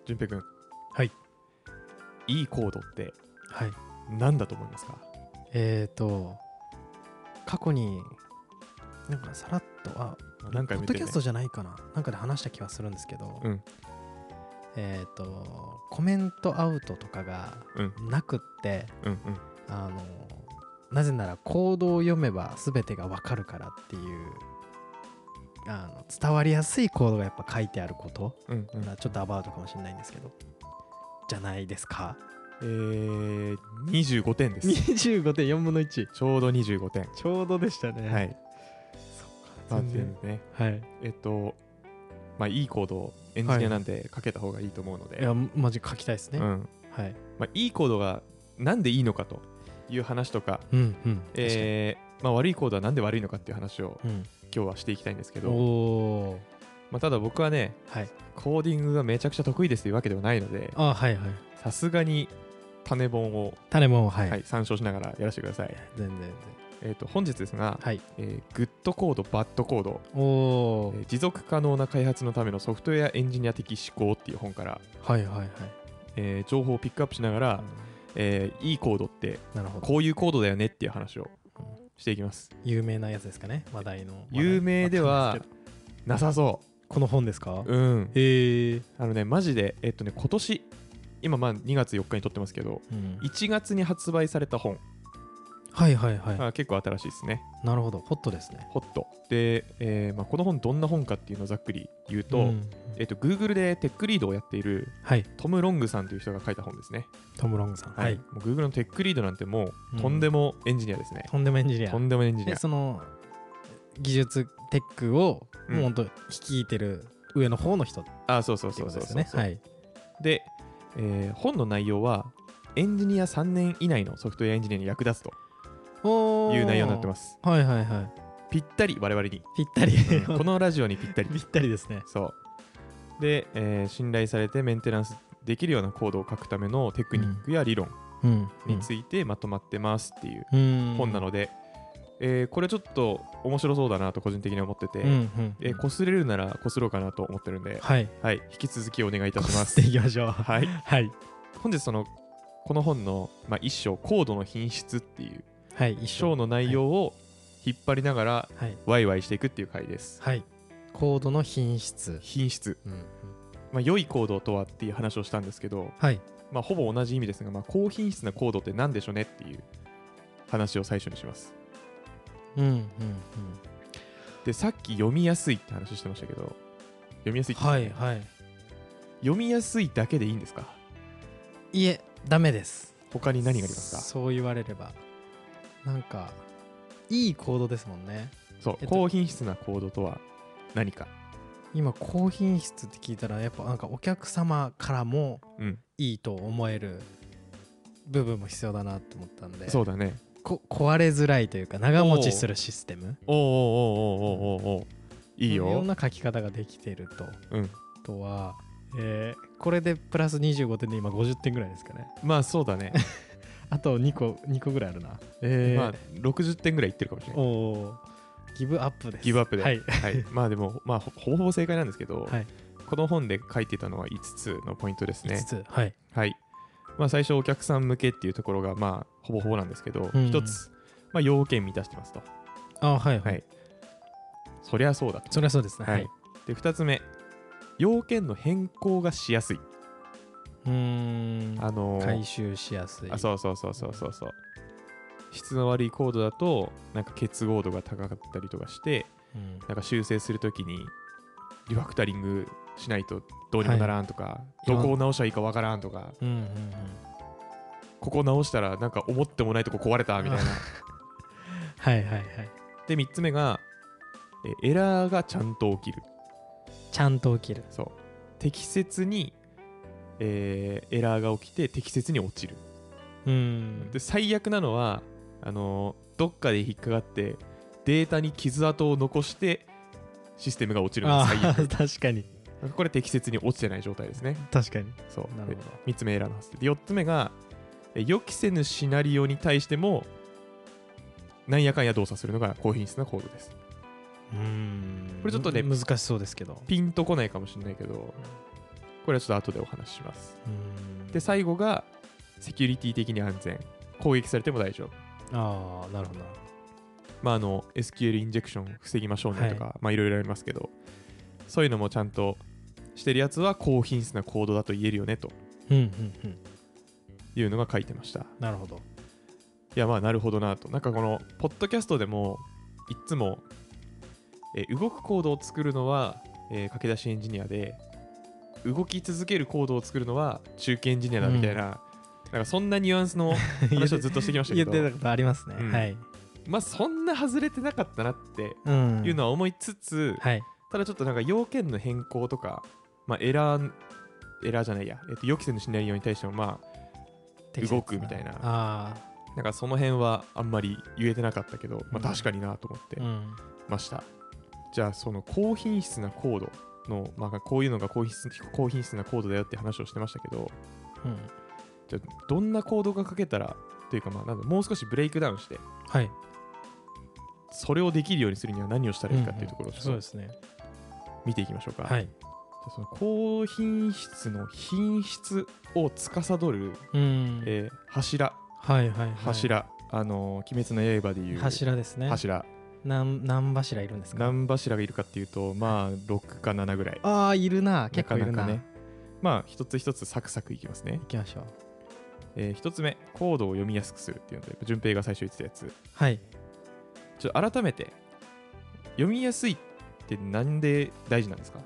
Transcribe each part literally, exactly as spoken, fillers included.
淳平くん、 はい。 いいコードってはい。 何だと思いますか？ えーと、過去に、なんかさらっと、あ、 何回も言ってるねポッドキャストじゃないかな。なんかで話した気がするんですけど、 うんえーと、コメントアウトとかがうんなくって、 うんうんあの、なぜならコードを読めば全てがわかるからっていう、あの伝わりやすいコードがやっぱ書いてあること、 うんうんまあちょっとアバウトかもしれないんですけど、じゃないですか。 えー、にじゅうごてんです。 にじゅうごてんよんぶんのいち。 ちょうどにじゅうごてん。 ちょうどでしたね。 はい。まあ、 そっか。全然。 ね。 はい。 えっと、まあ、いいコードをエンジニアなんで書けた方がいいと思うので、 いや、マジ書きたいですね。 うんはい。 まあ、いいコードがなんでいいのかという話とか、 うんうん。 えーまあ、悪いコードはなんで悪いのかっていう話をうん。 今日はしていきたいんですけど、 おー。 まあ、ただ僕はね、 はい。 コーディングがめちゃくちゃ得意ですというわけではないので、 あ、はいはい。 さすがに種本を、 種も、はい。 はい、参照しながらやらせてください。 全然全然。 えー、と本日ですが、 はい。 えー、グッドコード、バッドコード、 おー。 えー持続可能な開発のためのソフトウェアエンジニア的思考っていう本から、 はいはいはい。 えー情報をピックアップしながら、えーいいコードってなるほど。 こういうコードだよねっていう話をうんしていきます。 有名なやつですかね、話題の。 有名では話題わかんないですけどなさそこの本ですか？ う。うん。 へえ。 あのね、マジで、えっとね、今年、今まあにがつよっかに撮ってますけど、 うんいちがつに発売された本、 はいはいはい。 まあ、結構新しいですね。 なるほど。ホットですね。 ホット。で、えーまあ、この本どんな本かっていうのをざっくり言うと、 うんえっと、Google でテックリードをやっているはい。 トム・ロングさんという人が書いた本ですね。 トム・ロングさん。 はい。もう Google のテックリードなんてもうんうとんでもエンジニアですね。 とんでもエンジニア。 とんでもエンジニで、 ア。 その技術テックをうんもうほんと率いてる上の方の人ってあ、そうそうそうことそうそう。 ですよね。はい。 で、えー本の内容はエンジニアさんねん以内のソフトウェアエンジニアに役立つとおーいう内容になってます。 はいはいはい。 ぴったり我々に。 ぴったり。 うんこのラジオにぴったり。 ぴったりですね。 そう。で、えー信頼されてメンテナンスできるようなコードを書くためのテクニックや理論うん。 についてまとまってますっていううん本なので、えーこれちょっと面白そうだなと個人的に思ってて、 うんうんえー擦れるなら擦ろうかなと思ってるんで、 はい。 はい、引き続きお願いいたしまこすすって。いきましょう。 はい。 はい。 本日そのこの本の、まあ、一章コードの品質っていうはい。一章の内容を引っ張りながらはい。 ワイワイしていくっていう回です。 はい。コードの品質。 品質、 うんうんまあ、良いコードとはっていう話をしたんですけど、 はい。 まあ、ほぼ同じ意味ですが、まあ、高品質なコードって何でしょうねっていう話を最初にします。 うんうんうん。 で、さっき読みやすいって話してましたけど、読みやすいって、 はいはい。 読みやすいだけでいいんですか？ いえ、ダメです。 他に何がありますか？ そう言われれば。なんか、いいコードですもんね。 そう、 えっと高品質なコードとは何か。 今、高品質って聞いたら、やっぱなんかお客様からもうん、 いいと思える部分も必要だなと思ったんで、 そうだね。 こ壊れづらいというか、長持ちするシステム。 おーおーおーおーおーおーおーいいいろよん。な書き方ができてると。 うん。 あとは、えーこれでプラスにじゅうごてんで今ごじゅってんぐらいですかね。 まあそうだね。 あとにこ、にこぐらいあるな。えーまあろくじゅってんぐらいいってるかもしれない。 おーギブアップです。 ギブアップで。 はい。 はい、まあでも、まあほほぼほぼ正解なんですけど、 はい。 この本で書いてたのはいつつのポイントです 5 ね。 つ。はい。 はい。まあ最初お客さん向けっていうところがまあほぼほぼなんですけど、 うん一つ、まあ要件満たしてますと。 あ、はいははいい。 そりゃそうだと。 それはそうですね。 ははいい。 で、二つ目、要件の変更がしやすい。 うーん。 あのー回収しやすい。 あ、そうそうそうそうそうそう。質の悪いコードだと、なんか結合度が高かったりとかして、 うん。 なんか修正するときにリファクタリングしないとどうにもならんとか、 はいどこを直したらいいかわからんとか、 うんうんうん。 ここ直したらなんか思ってもないとこ壊れたみたいな。 はいはいはい。 で、みっつめが、えエラーがちゃんと起きる。 ちゃんと起きる。 そう。適切に、えーエラーが起きて適切に落ちる。 うーん。 で、最悪なのは、あのーどっかで引っかかってデータに傷跡を残してシステムが落ちるのがあ最悪。 あ、確かに。 これ適切に落ちてない状態ですね。 確かに。 そう。 なるほどでみっつめエラーの発生。で、よっつめが、え予期せぬシナリオに対しても、なんやかんや動作するのが高品質なコードです。 うーん。 これちょっとね難しそうですけど。 ピンとこないかもしれないけど、 これはちょっと後でお話しします。 うんで最後がセキュリティ的に安全、攻撃されても大丈夫。 ああなるほど。 まああの エスキューエル インジェクション防ぎましょうねとか、はい、まあいろいろありますけど、そういうのもちゃんとしてるやつは高品質なコードだと言えるよねというのが書いてました。 なるほど。 いやまあなるほどなと。なんかこのポッドキャストでもいっつも、えー動くコードを作るのは、えー駆け出しエンジニアで、動き続けるコードを作るのは中堅エンジニアだみたいな、うん、なんかそんなニュアンスの話をずっとしてきましたけど言ってたことありますね、うん、はい。 まあそんな外れてなかったなっていうのは思いつつ、うんはい、ただちょっとなんか要件の変更とか、まあ、エラーエラーじゃないや、えっと、予期せぬシナリオに対してもまあ動くみたいな、あなんかその辺はあんまり言えてなかったけど、まあ、確かになと思ってました、うん、じゃあその高品質なコードの、まあ、こういうのが高品質、高品質なコードだよって話をしてましたけど、うん、じゃあどんなコードが書けたらというか、まあ、なんだもう少しブレイクダウンして、はい、それをできるようにするには何をしたらいいかっていうところをちょっと見ていきましょうか。はい、その高品質の品質を司る、うんえー、柱、はいはいはい、柱、あのー、鬼滅の刃でいう柱ですね。 柱何, 何柱いるんですか？ 何柱がいるかっていうと、まあろくかななぐらい。 ああいるな、結構いるな。なかなかね。 まあ一つ一つサクサクいきますね。 いきましょう。 えー、一つ目、コードを読みやすくするっていうので、順平が最初言ってたやつ。 はい。 ちょっと改めて、読みやすいってなんで大事なんですか？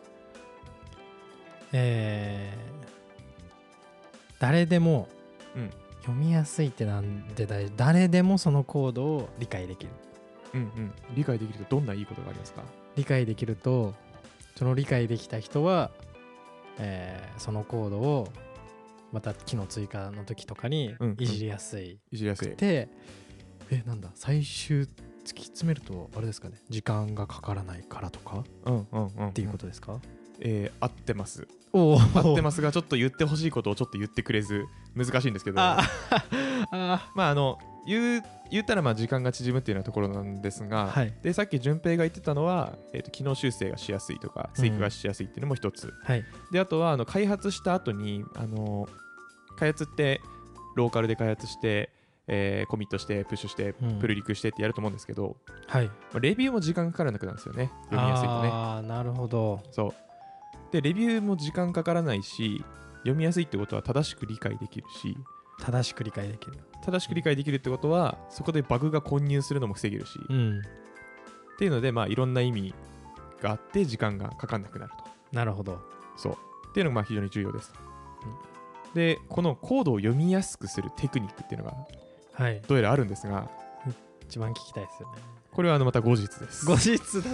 えー、誰でも、うん、読みやすいってなんで大事？誰でもそのコードを理解できる。 うんうん。理解できるとどんないいことがありますか？ 理解できると、その理解できた人は、えー、そのコードをまた機能追加の時とかにいじりやすい、うんうん、 いじりやすい。 で、え、なんだ、最終突き詰めるとあれですかね、時間がかからないからとか、うんうんうんうん、っていうことですか？ えー、合ってます。お合ってますが、ちょっと言ってほしいことをちょっと言ってくれず難しいんですけど、ああまああの言う言ったらまあ時間が縮むっていうようなところなんですが、はい、でさっき順平が言ってたのは、えー、と機能修正がしやすいとか追加がしやすいっていうのも一つ、うんはい、であとはあの開発した後にあの開発ってローカルで開発して、えー、コミットしてプッシュしてプルリクしてってやると思うんですけど、うんはいまあ、レビューも時間かからなくなるんですよね、読みやすいとね。 ああなるほど。 そうでレビューも時間かからないし、読みやすいってことは正しく理解できるし、 正しく理解できる正しく理解できるってことは、そこでバグが混入するのも防げるし、うん、っていうので、まあ、いろんな意味があって時間がかかんなくなると。 なるほど。 そうっていうのがまあ非常に重要です、うん、でこのコードを読みやすくするテクニックっていうのが、はい、どうやらあるんですが、 一番聞きたいですよね。 これはあのまた後日です。 後日だった、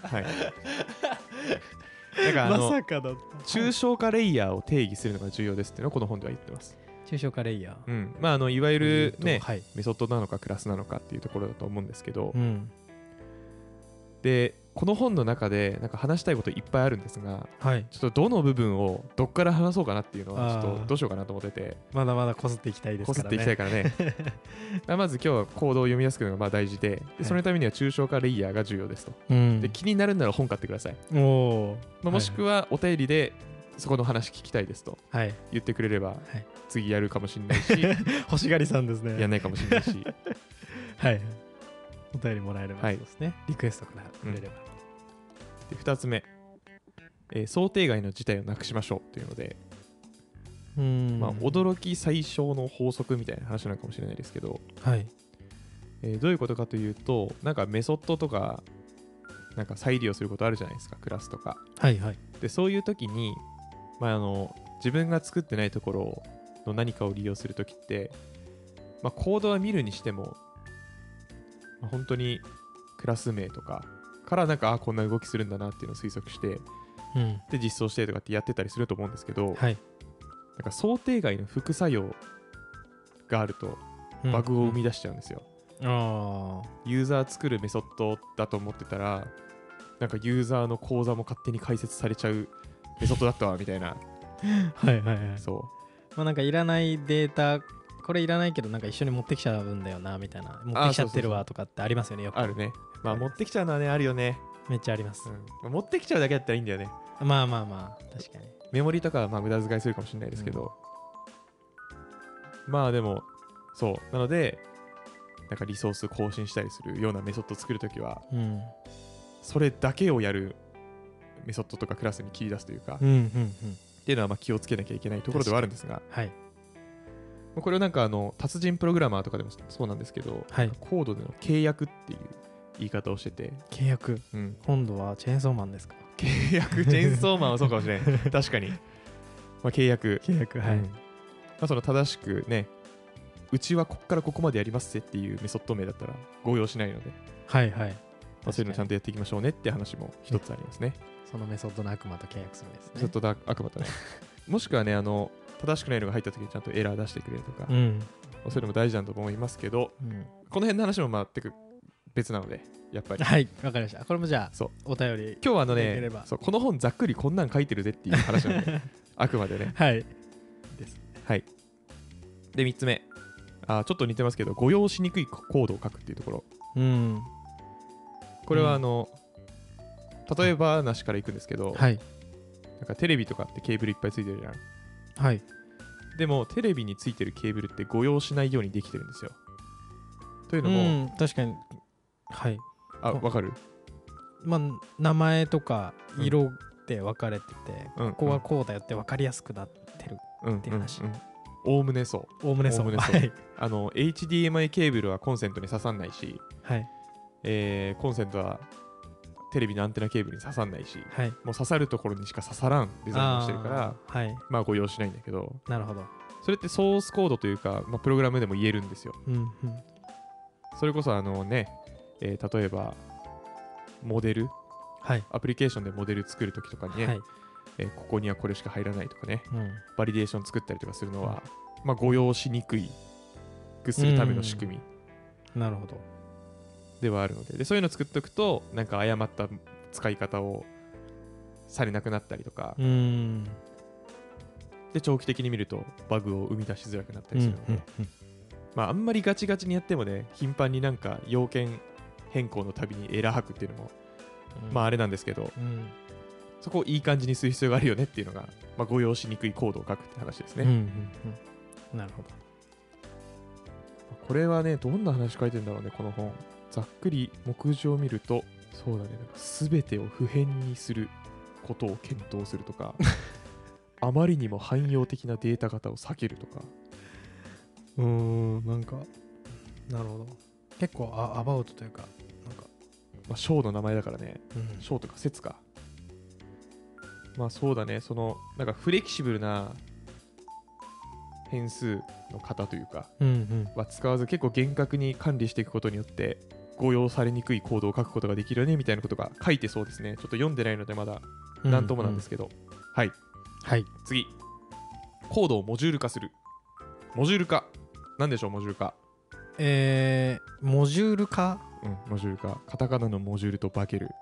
はいなんかあのまさかだった。 抽象化レイヤーを定義するのが重要ですっていうのをこの本では言ってます。 抽象化レイヤー、 うんまあ、あのいわゆる、ねはい、メソッドなのかクラスなのかっていうところだと思うんですけど、うん、でこの本の中でなんか話したいこといっぱいあるんですが、はい、ちょっとどの部分をどっから話そうかなっていうのはちょっとどうしようかなと思ってて、 まだまだこすっていきたいですからね。 こすっていきたいからねまず今日はコードを読みやすくするのがまあ大事 で, でそのためには抽象化レイヤーが重要ですと、はい、で気になるなら本買ってください。お、まあ、もしくはお便りでそこの話聞きたいですと言ってくれれば、はい、次やるかもしれないし欲しがりさんですね。 やんないかもしれないしはいお便りもらえればそうですね、はい、リクエストからくれれば、 うん、でふたつめ、えー、想定外の事態をなくしましょうというので、うーん、まあ、驚き最小の法則みたいな話なのかもしれないですけど、はいえー、どういうことかというと、なんかメソッドとかなんか再利用することあるじゃないですか、クラスとか、はいはい、でそういう時に、まあ、あの自分が作ってないところの何かを利用するときって、まあ、コードは見るにしても、まあ、本当にクラス名とかからなんかあこんな動きするんだなっていうのを推測して、うん、で実装してとかってやってたりすると思うんですけど、はい、なんか想定外の副作用があるとバグを生み出しちゃうんですよ、うんうん、あユーザー作るメソッドだと思ってたらなんかユーザーの口座も勝手に開設されちゃうメソッドだったわみたいなはいはいはい、 そうまあなんかいらないデータこれいらないけどなんか一緒に持ってきちゃうんだよなみたいな、持ってきちゃってるわとかってありますよね。よくあるね。まあ持ってきちゃうのはねあるよね。 めっちゃあります、 うん、持ってきちゃうだけだったらいいんだよね。 まあまあまあ確かにメモリとかはまあ無駄遣いするかもしれないですけど、うん、まあでもそうなのでなんかリソース更新したりするようなメソッドを作るときは、うん、それだけをやるメソッドとかクラスに切り出すというか、うんうんうん、っていうのはまあ気をつけなきゃいけないところではあるんですが、はい、これはなんかあの達人プログラマーとかでもそうなんですけど、はい、コードでの契約っていう言い方をしてて、 契約、うん、今度はチェーンソーマンですか？ 契約チェーンソーマンはそうかもしれない確かに、まあ、契約契約はい、うん、まあ、その正しくねうちはここからここまでやりますぜっていうメソッド名だったら誤用しないので、 はいはい、まあ、そういうのちゃんとやっていきましょうねって話も一つありますね。 そのメソッドの悪魔と契約するんですね。 メソッドの悪魔とねもしくはねあの正しくないのが入った時にちゃんとエラー出してくれるとか、うん、そういうのも大事だと思いますけど、うん、この辺の話もまあ全く別なのでやっぱりはいわかりました。これもじゃあそうお便り今日はあのねそうこの本ざっくりこんなん書いてるぜっていう話なのであくまでねはいです、 はいでみっつめあちょっと似てますけど誤用しにくいコードを書くっていうところ、うん、これはあの、うん、例えば話からいくんですけど、はい、なんかテレビとかってケーブルいっぱいついてるじゃん。はい。でもテレビについてるケーブルって誤用しないようにできてるんですよ。というのも、うん、 確かにはい。 あ、わかる？ まあ名前とか色で分かれてて、うん、ここはこうだよって分かりやすくなってるっていう話。 おおむねそう。 おおむねそう。 はい、あの エイチディーエムアイ ケーブルはコンセントに刺さんないし、はいえー、コンセントはテレビのアンテナケーブルに刺さんないし、はい、もう刺さるところにしか刺さらんデザインをしてるから、はい、まあ誤用しないんだけど、 なるほど。 それってソースコードというか、まあ、プログラムでも言えるんですよ。うんうん、それこそあのね、えー、例えばモデル、はい、アプリケーションでモデル作るときとかにね、はいえー、ここにはこれしか入らないとかね、うん、バリデーション作ったりとかするのは、うんまあ、誤用しにくいくするための仕組み、なるほどではあるので、でそういうのを作っておくとなんか誤った使い方をされなくなったりとか、うんで長期的に見るとバグを生み出しづらくなったりするので、うんうんうんまあ、あんまりガチガチにやってもね頻繁になんか要件変更のたびにエラー吐くっていうのも、うん、まああれなんですけど、うん、そこをいい感じにする必要があるよねっていうのが、まあ、誤用しにくいコードを書くって話ですね、うんうんうん、なるほど。 これはねどんな話書いてるんだろうねこの本。ざっくり目次を見るとそうだね、なんか全てを不変にすることを検討するとかあまりにも汎用的なデータ型を避けるとか、 うーんなんかなるほど結構アバウトというかなんかまあ章の名前だからね、うん、章とか説かまあそうだね、そのなんかフレキシブルな変数の型というか、うんうん、は使わず結構厳格に管理していくことによって誤用されにくいコードを書くことができるよねみたいなことが書いてそうですね。ちょっと読んでないのでまだ何ともなんですけど、うんうん、はい、はい、次コードをモジュール化する。モジュール化なんでしょう。モジュール化えー、モジュール化うんモジュール化カタカナのモジュールと化ける。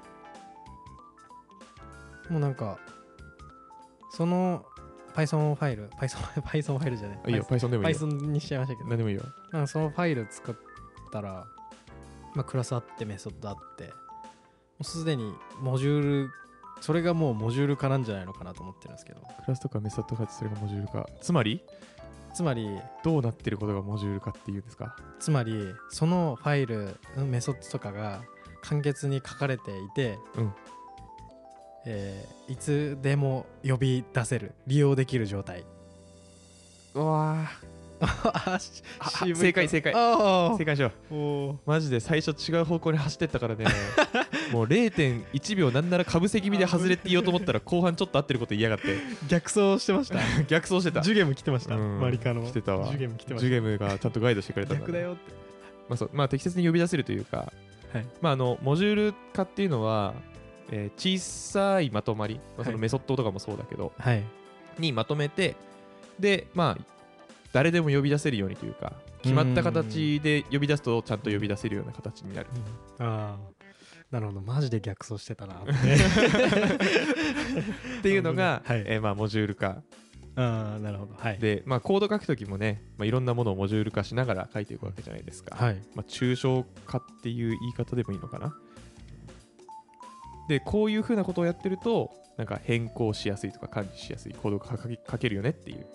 もうなんかそのPython ファイル Python, Python ファイルじゃないいいよ Python でもいいよ Python にしちゃいましたけど何でもいいよ。 なんかそのファイル作ったら、まあ、クラスあってメソッドあってもうすでにモジュールそれがもうモジュール化なんじゃないのかなと思ってるんですけど。 クラスとかメソッド化ってそれがモジュール化つまりつまりどうなってることがモジュール化っていうんですか。 つまりそのファイルメソッドとかが簡潔に書かれていて、うんえー、いつでも呼び出せる利用できる状態。 うわ正解正解正解しよう。マジで最初違う方向に走ってったからねもう れいてんいち 秒なんならかぶせ気味で外れって言おうと思ったら後半ちょっと合ってること言いやがって逆走してました逆走してた。 ジュゲム来てました、うん、マリカの来てたわ。 ジュゲム来てました。 ジュゲムがちゃんとガイドしてくれたんだ、ね、 逆だよって、 まあそうまあ、適切に呼び出せるというか、はいまあ、あのモジュール化っていうのは、えー、小さいまとまり、まあ、そのメソッドとかもそうだけど、はい、にまとめてでまあ誰でも呼び出せるようにというか決まった形で呼び出すとちゃんと呼び出せるような形になる、 うん、ああなるほどマジで逆走してたなってっていうのが、はいえーまあ、モジュール化。 ああなるほど、はい、 で、まあ、コード書くときもね、まあ、いろんなものをモジュール化しながら書いていくわけじゃないですか、はいまあ、抽象化っていう言い方でもいいのかな。 でこういう風なことをやってるとなんか変更しやすいとか管理しやすいコードが書け、書けるよねっていう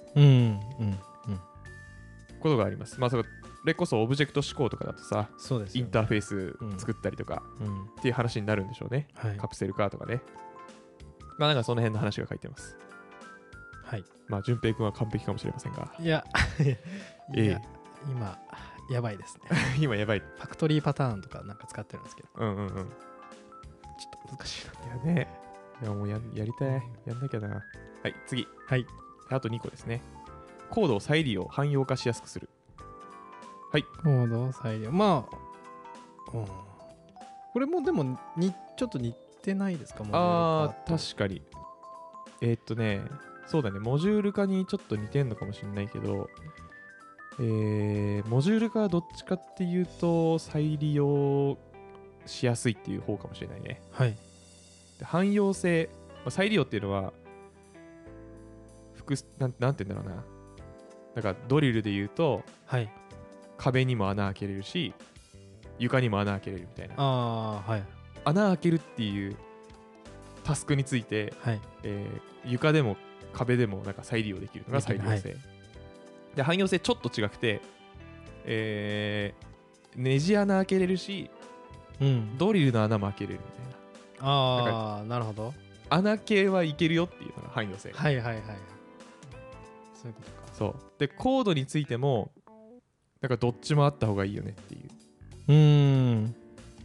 ことがあります。まあそれこそオブジェクト思考とかだとさ、 そうですよね、 インターフェース作ったりとかっていう話になるんでしょうね、うんうん、カプセル化とかね、まあなんかその辺の話が書いてます。 はい。 まあ順平君は完璧かもしれませんが、 いやいや、ええ、今やばいですね今やばい。ファクトリーパターンとかなんか使ってるんですけど、 うんうんうん、ちょっと難しいな。 いやね、いやもう や, やりたい、やんなきゃな。はい、次。 はい。 あとにこですね。コードを再利用、汎用化しやすくする。はい。 コードを再利用。まあ、うん、これもでもにちょっと似てないですか？ ああ、確かに。えー、っとね、そうだね、モジュール化にちょっと似てんのかもしれないけど、えー、モジュール化はどっちかっていうと再利用しやすいっていう方かもしれないね。 はい。 で汎用性、まあ、再利用っていうのは複なん、なんて言うんだろうな。なんかドリルで言うと、 はい、 壁にも穴開けれるし、床にも穴開けれるみたいな。 あ、はい、 穴開けるっていうタスクについて、 はい、 えー、床でも壁でもなんか再利用できるのが再利用性。はい、で汎用性ちょっと違くて、えー、ネジ穴開けれるし、うん、ドリルの穴も開けれるみたいな。 ああ、なるほど。 穴系はいけるよっていうのが汎用性。 はいはいはい。そういうことか。 そうでコードについてもなんかどっちもあった方がいいよねっていう。 うーん。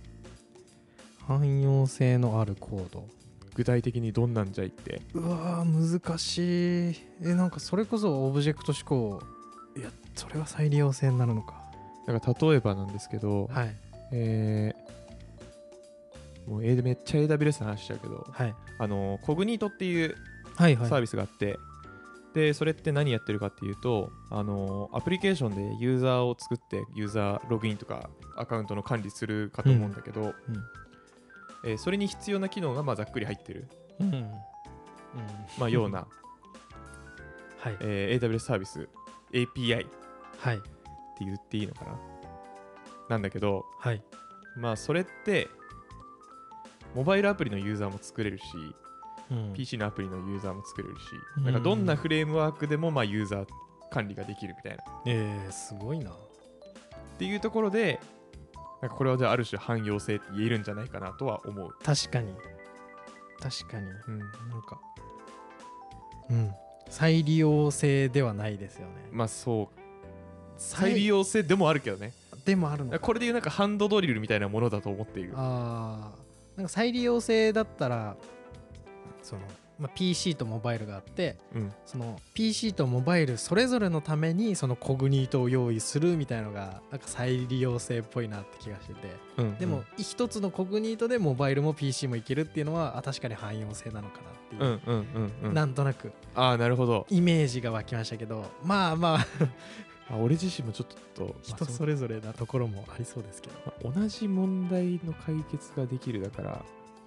汎用性のあるコード。 具体的にどんなんじゃいって。 うわー難しい。えなんかそれこそオブジェクト思考。いやそれは再利用性になるのか。 なんか例えばなんですけど、 はい。 えー、もうめっちゃ エーダブリューエス の話しちゃうけど、 はい、 あのコグニートっていうサはいはいービスがあって、でそれって何やってるかっていうと、あのアプリケーションでユーザーを作ってユーザーログインとかアカウントの管理するかと思うんだけど、うんうんえー、それに必要な機能がまあざっくり入ってる、うんうんまあ、ような、 はいえー、エーダブリューエス サービス エーピーアイ って言っていいのかな、なんだけど、 はい、 まあそれってモバイルアプリのユーザーも作れるし、うん、ピーシー のアプリのユーザーも作れるし、うん、なんかどんなフレームワークでもまあユーザー管理ができるみたいな。 えー、すごいな。 っていうところで、なんかこれはじゃあある種汎用性って言えるんじゃないかなとは思う。 確かに確かに、うん、なんか、うん、再利用性ではないですよね。 まあそう再利用性でもあるけどね。 でもあるのか。 これでいうなんかハンドドリルみたいなものだと思っている。 ああ、なんか再利用性だったらその、まあ、ピーシー とモバイルがあって、うん、その ピーシー とモバイルそれぞれのためにそのコグニートを用意するみたいなのがなんか再利用性っぽいなって気がしてて、うんうん、でも一つのコグニートでモバイルも ピーシー もいけるっていうのはあ確かに汎用性なのかなっていう、うんうんうんうん、なんとなくあーなるほどイメージが湧きましたけど、まあまああ俺自身もちょっと人それぞれなところもありそうですけど、 まあ、同じ問題の解決ができるだから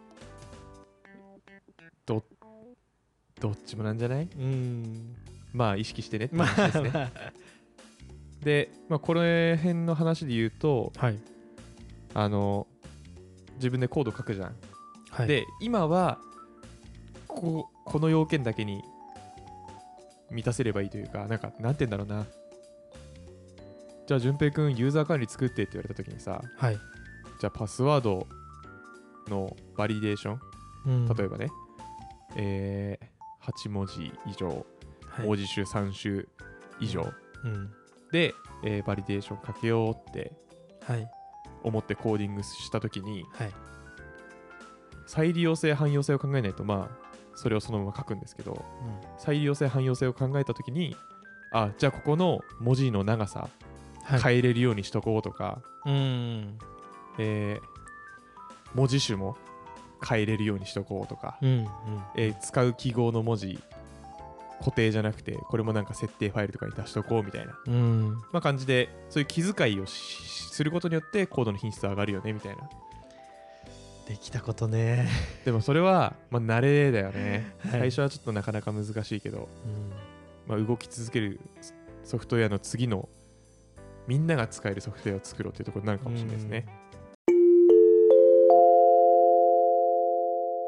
どどっちもなんじゃない？うんまあ意識してねって話ですね、まあまあ、で、まあ、この辺の話で言うと、はい、あの自分でコード書くじゃん、はい、で今はここの要件だけに満たせればいいというか、なんかなんて言うんだろうな、じゃあ順平くんユーザー管理作ってって言われた時にさ、はい、じゃあパスワードのバリデーション、うん、例えばね、えー、はち文字以上、はい、文字数さん種以上、うんうん、で、えー、バリデーションかけようって思ってコーディングした時に、はい、再利用性汎用性を考えないとまあそれをそのまま書くんですけど、うん、再利用性汎用性を考えた時にあじゃあここの文字の長さ変えれるようにしとこうとか、はい、うんえー、文字種も変えれるようにしとこうとか、うんうんえー、使う記号の文字固定じゃなくてこれもなんか設定ファイルとかに出しとこうみたいな、うんまあ、感じでそういう気遣いをすることによってコードの品質上がるよねみたいな。 できたことね。 でもそれは、まあ、慣れだよね、はい、最初はちょっとなかなか難しいけど、うんまあ、動き続けるソフトウェアの次のみんなが使えるソフトウェアを作ろうというところになるかもしれないですね。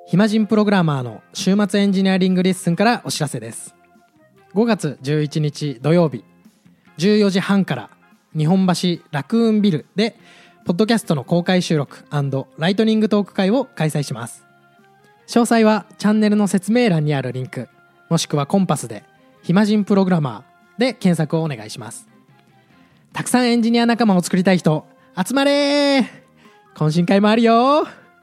暇人プログラマーの週末エンジニアリングレッスンからお知らせです。ごがつじゅういちにち土曜日じゅうよじはんから日本橋ラクーンビルでポッドキャストの公開収録&ライトニングトーク会を開催します。詳細はチャンネルの説明欄にあるリンクもしくはコンパスで暇人プログラマーで検索をお願いします。たくさんエンジニア仲間を作りたい人集まれー。懇親会もあるよ。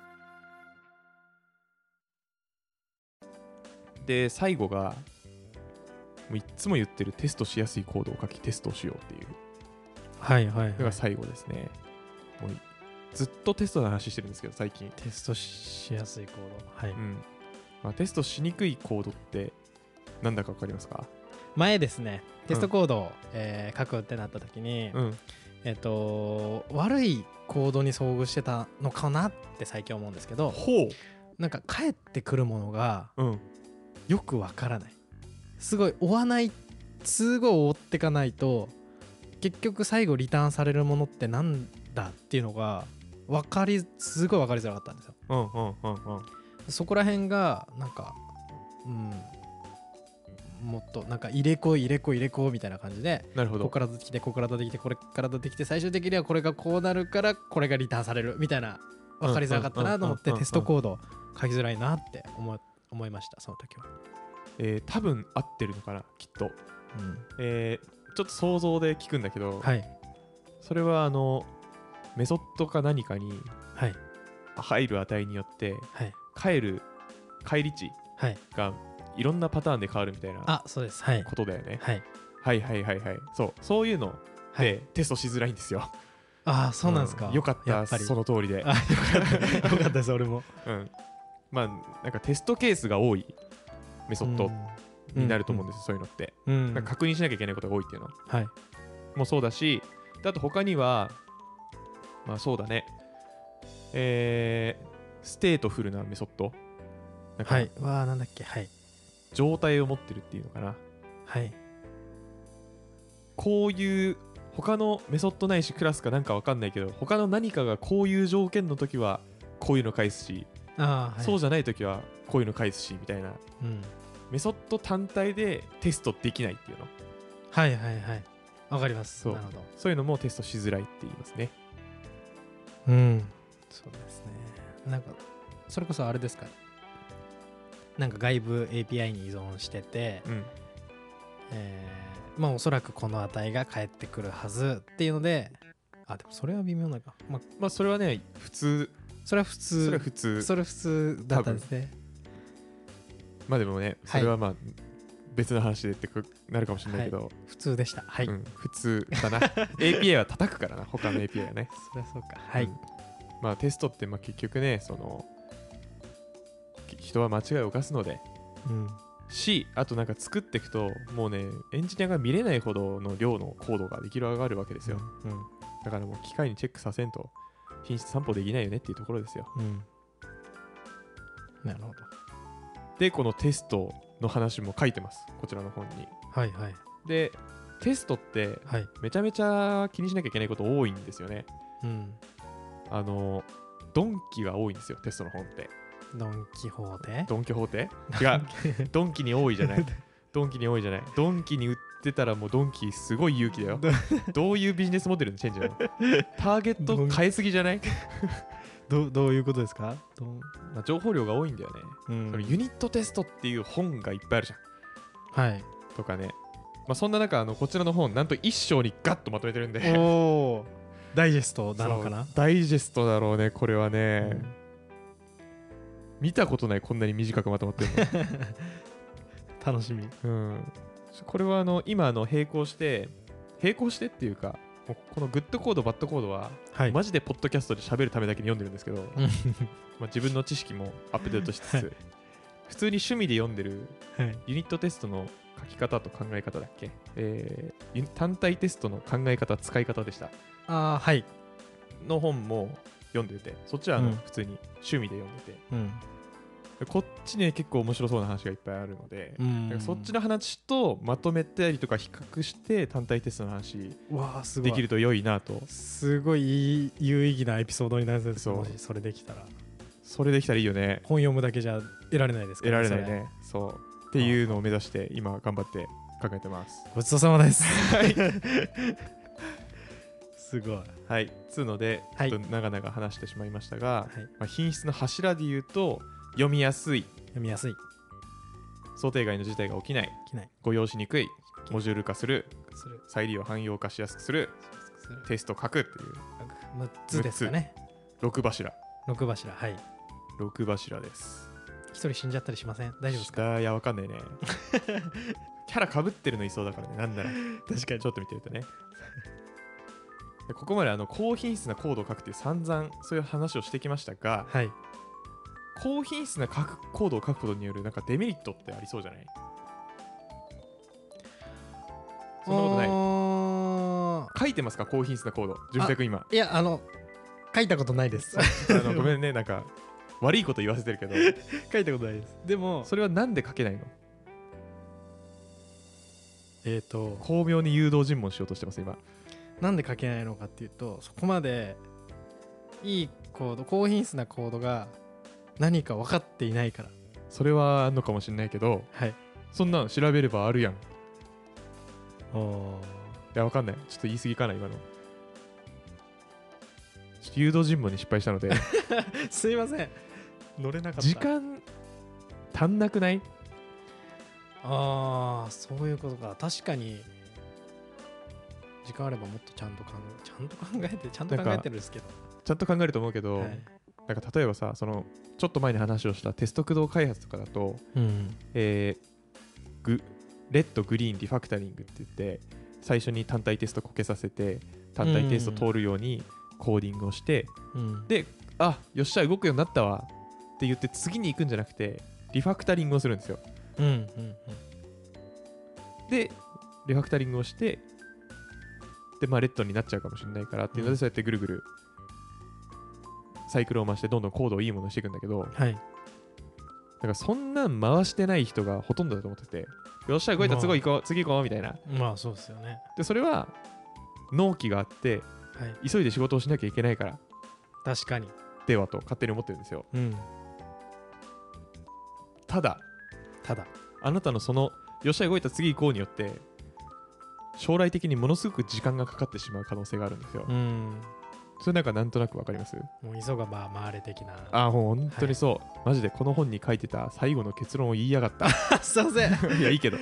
で最後がもういつも言ってるテストしやすいコードを書きテストをしようっていう、 はいはい、はい、 のが最後ですね。もうずっとテストの話してるんですけど最近テストしやすいコード、はい、 うんまあ、テストしにくいコードってなんだか分かりますか？ 前ですねテストコードを、うんえー、書くってなった時に、 うん、 えっと悪いコードに遭遇してたのかなって最近思うんですけど、 ほうなんか返ってくるものが、 うんよくわからない。すごい追わないすごい追ってかないと結局最後リターンされるものってなんだっていうのが分かりすごい分かりづらかったんですよ。 うんうんうんうんそこら辺がなんかうんもっとなんか入れ子入れ子入れ子みたいな感じで、 なるほど、 ここから出てきてここから出てきてこれから出てきて最終的にはこれがこうなるからこれがリターンされるみたいな分かりづらかったなと思ってテストコード書きづらいなって思い思いましたその時は。 えー、多分合ってるのかなきっと、 うんえー、ちょっと想像で聞くんだけど、 はい、 それはあのメソッドか何かにはい、 入る値によって、 はい、 帰る返り値はいがいろんなパターンで変わるみたいなあそうです、はい、 ことだよね、 はい、 はいはいはいはいそうそういうので、はい、テストしづらいんですよ。 ああそうなんですか、 うん、よかったその通りで。 あよかったよかったです俺も、 うん、まあなんかテストケースが多いメソッドになると思うんですよ、うんうん、そういうのって、うん、なんか確認しなきゃいけないことが多いっていうのは、はい、もうそうだし、あと他にはまあそうだね、えー、ステートフルなメソッドなんか、 はい、わあなんだっけ、はい、 状態を持ってるっていうのかな、 はい、 こういう他のメソッドないしクラスかなんか分かんないけど他の何かがこういう条件の時はこういうの返すし、あ、はい、そうじゃない時はこういうの返すしみたいな、うん、メソッド単体でテストできないっていうの、 はいはいはいわかります。 そう、 なるほど、 そういうのもテストしづらいって言いますね。 うんそうですね。なんかそれこそあれですか、なんか外部 エーピーアイ に依存してて、うんえー、まあおそらくこの値が返ってくるはずっていうので、あでもそれは微妙なのか、まあ、 まあそれはね普通それは普通それは普通それは普通だったんですね。 まあでもねそれはまあ、はい、別の話でってなるかもしれないけど、はい、 普通でした。はい、うん、 普通だな。エーピーアイ は叩くからな他の エーピーアイ はね。 そりゃそうか。はい、うん、 まあテストってまあ結局ねその人は間違いを犯すので、うん、しあとなんか作っていくともうねエンジニアが見れないほどの量のコードができる上がるわけですよ、うんうん、だからもう機械にチェックさせんと品質散歩できないよねっていうところですよ、うん、 なるほど。 でこのテストの話も書いてますこちらの本に。 はいはい。 でテストってめちゃめちゃ気にしなきゃいけないこと多いんですよね、うん、あのドンキが多いんですよテストの本って。 ドンキホーテドンキホーテ違うドンキに多いじゃないドンキに多いじゃないドンキに売ってたらもうドンキすごい勇気だよどういうビジネスモデルのチェンジなのターゲット変えすぎじゃないど, どういうことですか？ まあ、情報量が多いんだよね、うん、そのユニットテストっていう本がいっぱいあるじゃん、はい、とかね、まあ、そんな中あのこちらの本なんと一章にガッとまとめてるんでおダイジェストなのかな。 ダイジェストだろうねこれはね、うん、見たことないこんなに短くまとまってるの楽しみ、 うん、これはあの今あの並行して並行してっていうかこのグッドコードバッドコードは、はい、マジでポッドキャストで喋るためだけに読んでるんですけどまあ自分の知識もアップデートしつつ、はい、普通に趣味で読んでるユニットテストの書き方と考え方だっけ、えー、単体テストの考え方使い方でしたあ、はい、 の本も読んでてそっちはあの、うん、普通に趣味で読んでて、うんこっちね結構面白そうな話がいっぱいあるので、だからそっちの話とまとめたりとか比較して単体テストの話できると良いなと。 すごい有意義なエピソードになるんですよ。もしそれできたらそれできたらいいよね。 本読むだけじゃ得られないですからね。得られないね。そうっていうのを目指して今頑張って考えてます。 ごちそうさまです。すごい。 はい。つうので、ちょっと長々話してしまいましたが、はい、まあ、品質の柱で言うと、読みやすい。 読みやすい。 想定外の事態が起きない。 起きない。 誤用しにくい。モジュール化する。する再利用汎用化しやすくする。するテスト書くっていう。 むっつですかね。 ろく柱。 ろく柱。はい。 ろく柱です。 一人死んじゃったりしません？大丈夫ですか？ いや、わかんないね。キャラ被ってるのいそうだからね。なんなら。 確かに。 ちょっと見てるとね。でここまであの高品質なコードを書くっていう散々そういう話をしてきましたが、はい、高品質な書くコードを書くことによるなんかデメリットってありそうじゃない？そんなことない？書いてますか？高品質なコード。順平君今。 いや、あの書いたことないです。 あのごめんね、なんか悪いこと言わせてるけど書いたことないです。でもそれはなんで書けないの？ えっと巧妙に誘導尋問しようとしてます今。 なんで書けないのかっていうと、そこまでいいコード、高品質なコードが何か分かっていないから。 それはあんのかもしれないけど、はい、そんなの調べればあるやん。おいや、分かんない。ちょっと言い過ぎかな今の。ちょっと誘導尋問に失敗したので。 すいません。乗れなかった。 時間足んなくない？ ああ、そういうことか。確かに。時間あればもっとちゃんと考えちゃんと考えてちゃんと考えてるんですけど、 ちゃんと考えると思うけど、はい、なんか例えばさ、そのちょっと前に話をしたテスト駆動開発とかだと、うんえー、グレッドグリーンリファクタリングって言って最初に単体テストこけさせて単体テスト通るようにコーディングをして、うん、であよっしゃ動くようになったわって言って次に行くんじゃなくてリファクタリングをするんですよ、うんうんうん、でリファクタリングをしてでまあレッドになっちゃうかもしれないからっていうのでそうやってぐるぐるサイクルを回してどんどんコードをいいものにしていくんだけど、はい、だからそんなん回してない人がほとんどだと思っててよっしゃ動いた次行こう、まあ、次行こうみたいなまあそうですよね。 でそれは納期があって、はい、急いで仕事をしなきゃいけないから確かにではと勝手に思ってるんですよ、うん、ただただあなたのそのよっしゃ動いた次行こうによって将来的にものすごく時間がかかってしまう可能性があるんですよ。うんそれなんかなんとなくわかります？ もう急がば回れ的な。 あ、もう本当にそう、はい、マジでこの本に書いてた最後の結論を言いやがった。 すいません。 いやいいけど。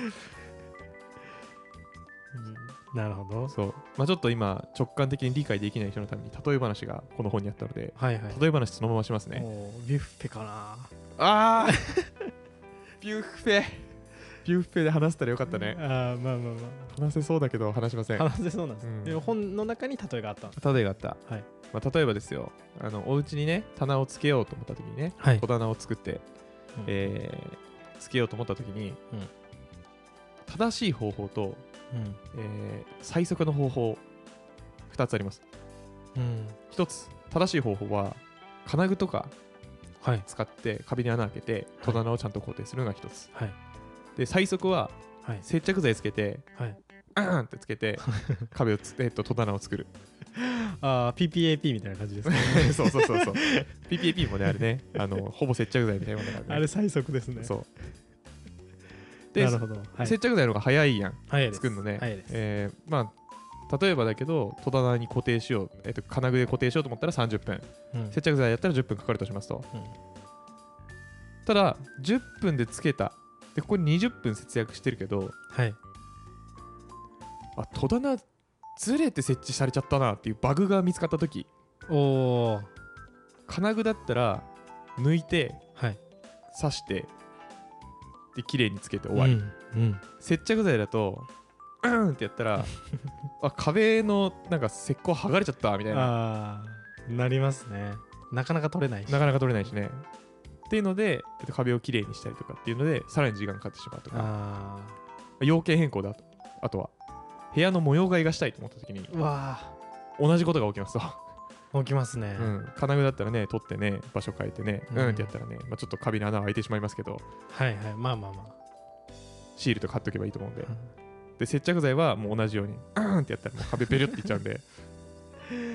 なるほど。 そう、まあ、ちょっと今直感的に理解できない人のために例え話がこの本にあったので、はいはい、例え話そのまましますね。 ビュッフェかなあ。ビュッフェビュッフェで話せたらよかったね。 ああ、まあまあまあ。 話せそうだけど話しません。 話せそうなんです。うん、でも本の中に例えがあった。 例えがあった。はい。まあ、例えばですよ、あのお家にね棚をつけようと思った時にね、はい、戸棚を作って、うんえー、つけようと思った時に、うん、正しい方法と、うんえー、最速の方法ふたつあります。うん、ひとつ正しい方法は金具とか使って壁に穴開けて戸棚をちゃんと固定するのがひとつ。はいで最速は接着剤つけて、はい、あーんってつけて壁をつ、えっと、戸棚を作る。 ああ ピーピーエーピー みたいな感じですね。 そうそうそうそうピーピーエーピー もねあれねあのほぼ接着剤みたいなものだからね。 あれ最速ですね。 そうでなるほど、はい、接着剤の方が早いやん作るのね。えー、まあ例えばだけど戸棚に固定しよう、えっと、金具で固定しようと思ったらさんじゅっぷん、うん、接着剤やったらじゅっぷんかかるとしますと、うん、ただじゅっぷんでつけたでここににじゅっぷん節約してるけど、はい、あ戸棚ずれて設置されちゃったなっていうバグが見つかったとき、お金具だったら抜いて、はい、刺してで綺麗につけて終わり、うんうん、接着剤だとうんってやったらあ壁のなんか石膏剥がれちゃったみたいなあなりますね。なかなか取れないしなかなか取れないしねっていうので壁をきれいにしたりとかっていうのでさらに時間かかってしまうとかあ要件変更だとあとは部屋の模様替えがしたいと思った時にわ同じことが起きますと起きますね、 うん、金具だったらね取ってね場所変えてねうん、うんってやったらね、まあ、ちょっと壁に穴が開いてしまいますけどはいはいまあまあまあシールとか貼っとけばいいと思うんで、うん、で接着剤はもう同じようにうんってやったらもう壁ペリョっていっちゃうんで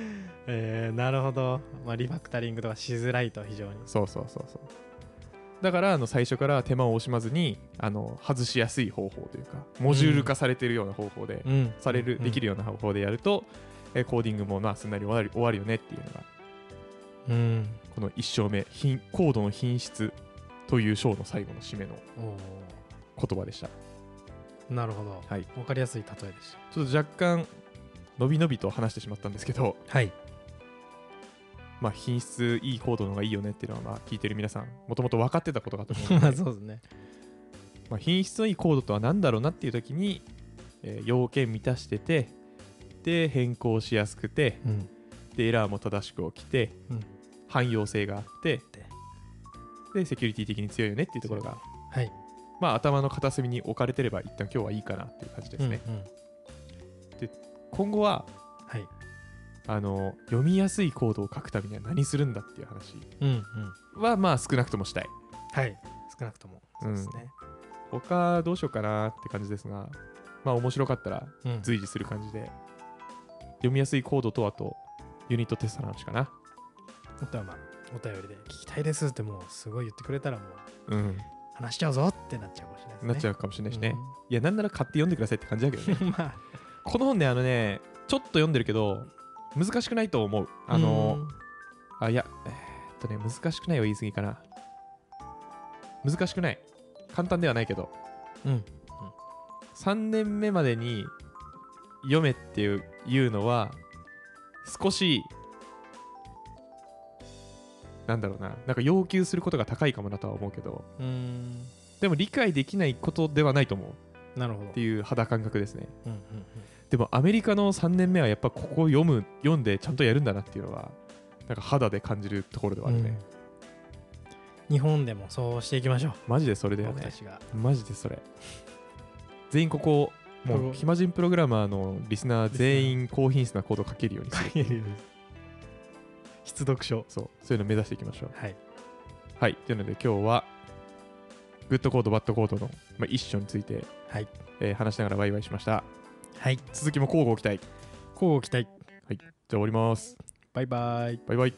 えー、なるほど、まあ、リファクタリングとかしづらいと非常に。 そうそうそうそう。だからあの最初から手間を惜しまずにあの外しやすい方法というかモジュール化されているような方法で、うん、される、うん、できるような方法でやると、えコーディングもまあすんなり終わる、終わるよねっていうのが、うん、このいち章目品コードの品質という章の最後の締めの言葉でした。 なるほど、はい、分かりやすい例えでした。 ちょっと若干のびのびと話してしまったんですけど、はい、まあ、品質いいコードの方がいいよねっていうのはまあ聞いてる皆さんもともと分かってたことかと思うのでそうですね、 まあ、品質のいいコードとは何だろうなっていう時に、えー、要件満たしててで変更しやすくて、うん、でエラーも正しく起きて、うん、汎用性があってでセキュリティ的に強いよねっていうところが、はい、まあ、頭の片隅に置かれてれば一旦今日はいいかなっていう感じですね、うんうん、で今後は、はい、あの読みやすいコードを書くためには何するんだっていう話は、うんうん、まあ少なくともしたい。 はい、少なくともそうですね、 うん、他どうしようかなって感じですが、まあ面白かったら随時する感じで、うん、読みやすいコードとあとユニットテストの話かな。 あとはまあお便りで聞きたいですってもうすごい言ってくれたらもう、うん、話しちゃうぞってなっちゃうかもしれないですね。 なっちゃうかもしれないしね、うん、いやなんなら買って読んでくださいって感じだけどね、まあ、この本ねあのねちょっと読んでるけど難しくないと思う。あのー、あいやえー、っとね難しくないは言い過ぎかな。難しくない、簡単ではないけど、うんうん、さんねんめまでに読めっていう、いうのは少しなんだろうな、なんか要求することが高いかもなとは思うけど、うーんでも理解できないことではないと思う。なるほどっていう肌感覚ですね、うんうんうん、でもアメリカのさんねんめはやっぱここを読む読んでちゃんとやるんだなっていうのはなんか肌で感じるところではあるね、 うん、日本でもそうしていきましょう。 マジでそれだよね。僕たちがマジでそれ全員ここもう暇人プログラマーのリスナー全員高品質なコードを書けるようにする必読書、 そうそういうのを目指していきましょう。はい、はい、というので今日はグッドコードバッドコードの、まあ、一緒について、はいえー、話しながらワイワイしました。はい、続きも交互期待。 交互期待。 はい、じゃあ終わります。 バイバイ。 バイバイ。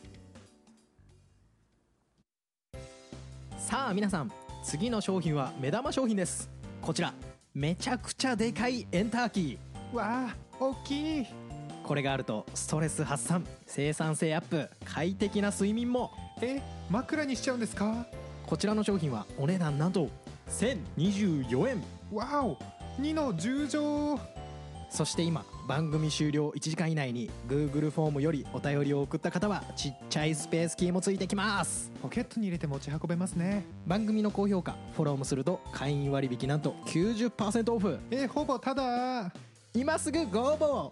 さあ皆さん、次の商品は目玉商品です。こちらめちゃくちゃでかいエンターキー。わあ大きい。これがあるとストレス発散、生産性アップ、快適な睡眠も。 え枕にしちゃうんですか？ こちらの商品はお値段なんとせんにじゅうよえん。 わおにのじゅう乗。 そして今番組終了いちじかん以内に Google フォームよりお便りを送った方はちっちゃいスペースキーもついてきます。 ポケットに入れて持ち運べますね。 番組の高評価フォローもすると会員割引なんと きゅうじゅっパーセント オフ。 えほぼただ。 今すぐご応募。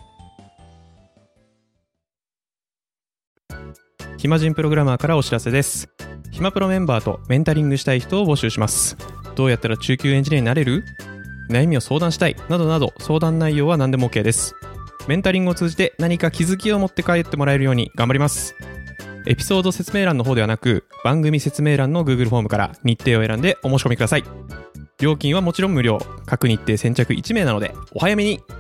暇人プログラマーからお知らせです。暇プロメンバーとメンタリングしたい人を募集します。どうやったら中級エンジニアになれる？悩みを相談したいなどなど相談内容は何でも OK です。メンタリングを通じて何か気づきを持って帰ってもらえるように頑張ります。エピソード説明欄の方ではなく番組説明欄の Google フォームから日程を選んでお申し込みください。料金はもちろん無料、各日程先着いち名なのでお早めに。